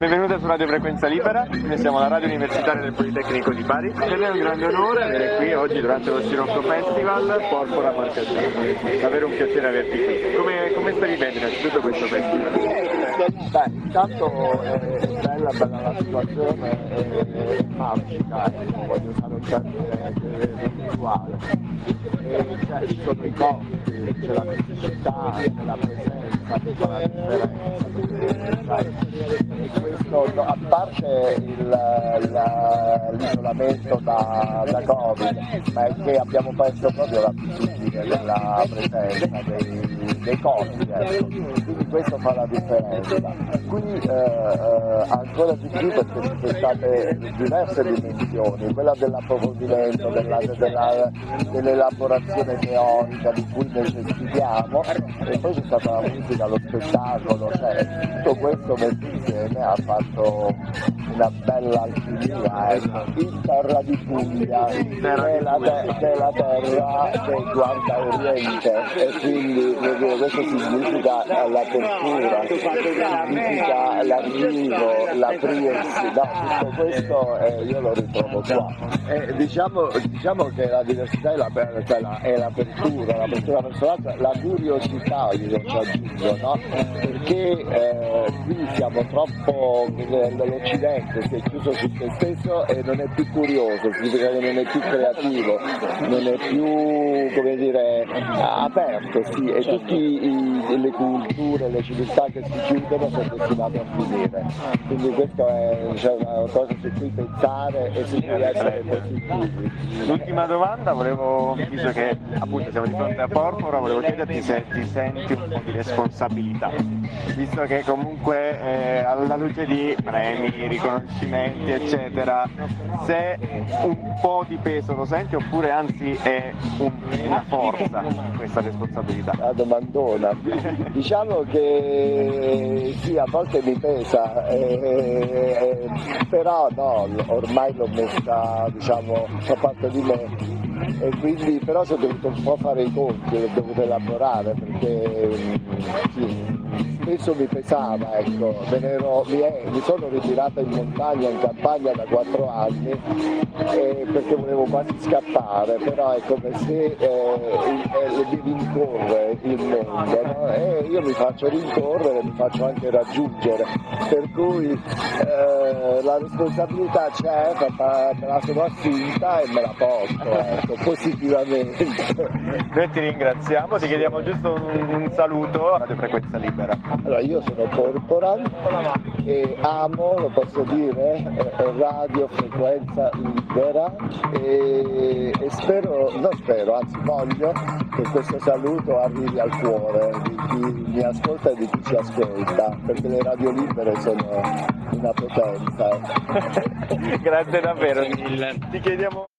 Benvenuta su Radio Frequenza Libera, noi siamo la radio universitaria del Politecnico di Bari ed è un grande onore avere qui oggi durante lo Scirocco Festival Porpora Marchegiano. Davvero un piacere averti qui. Come stai vivendo innanzitutto questo festival? Beh, intanto è bella la situazione, è magica, voglio usare un termine virtuale. Ci sono i costi, c'è la fisicità, c'è la presenza, che fa la differenza. E questo, a parte l'isolamento da Covid, ma è che abbiamo perso proprio l'abitudine della presenza dei costi, quindi questo fa la differenza. Qui ancora di più perché ci sono state diverse dimensioni, quella dell'approfondimento, dell'elaborazione teorica di cui necessitiamo, e poi c'è stata la musica, lo spettacolo, cioè tutto questo messo insieme ha fatto una bella alchimia, in terra di Puglia, che è la terra che guarda Oriente, e quindi questo significa l'apertura, significa l'arrivo, l'aprirsi, tutto questo io lo ritrovo qua. Diciamo che la diversità è l'apertura verso l'altro, la curiosità, io ci aggiungo, no? Perché qui siamo troppo, l'Occidente si è chiuso su se stesso e non è più curioso, significa che non è più creativo, non è più, come dire, aperto, sì, e tutte le culture, le civiltà che si chiudono sono destinate a finire. Quindi questo è una cosa su cui pensare e su cui essere positivi. L'ultima domanda, visto che appunto siamo di fronte a Porpora, volevo chiederti se ti senti un po' di responsabilità, visto che comunque alla luce di premi, riconoscimenti eccetera, se un po' di peso lo senti oppure anzi è una forza questa responsabilità? La domandona. Diciamo che sì, a volte mi pesa, però no, ormai l'ho messa, diciamo, fa parte di me. E quindi però sono dovuto un po' fare i conti, ho dovuto elaborare perché sì, spesso mi pesava, ecco, mi sono ritirato in montagna, in campagna da 4 anni perché volevo quasi scappare, però è come se mi rincorre il mondo, no? E io mi faccio rincorrere, mi faccio anche raggiungere, per cui la responsabilità c'è, me la sono assunta e me la porto, ecco, positivamente. Noi ti ringraziamo, ti chiediamo giusto un saluto a Radio Frequenza Libera. Allora, io sono Porpora e amo, lo posso dire, Radio Frequenza Libera e anzi voglio che questo saluto arrivi al cuore di chi mi ascolta e di chi ci ascolta, perché le radio libere sono una potenza. Grazie davvero mille. Ti chiediamo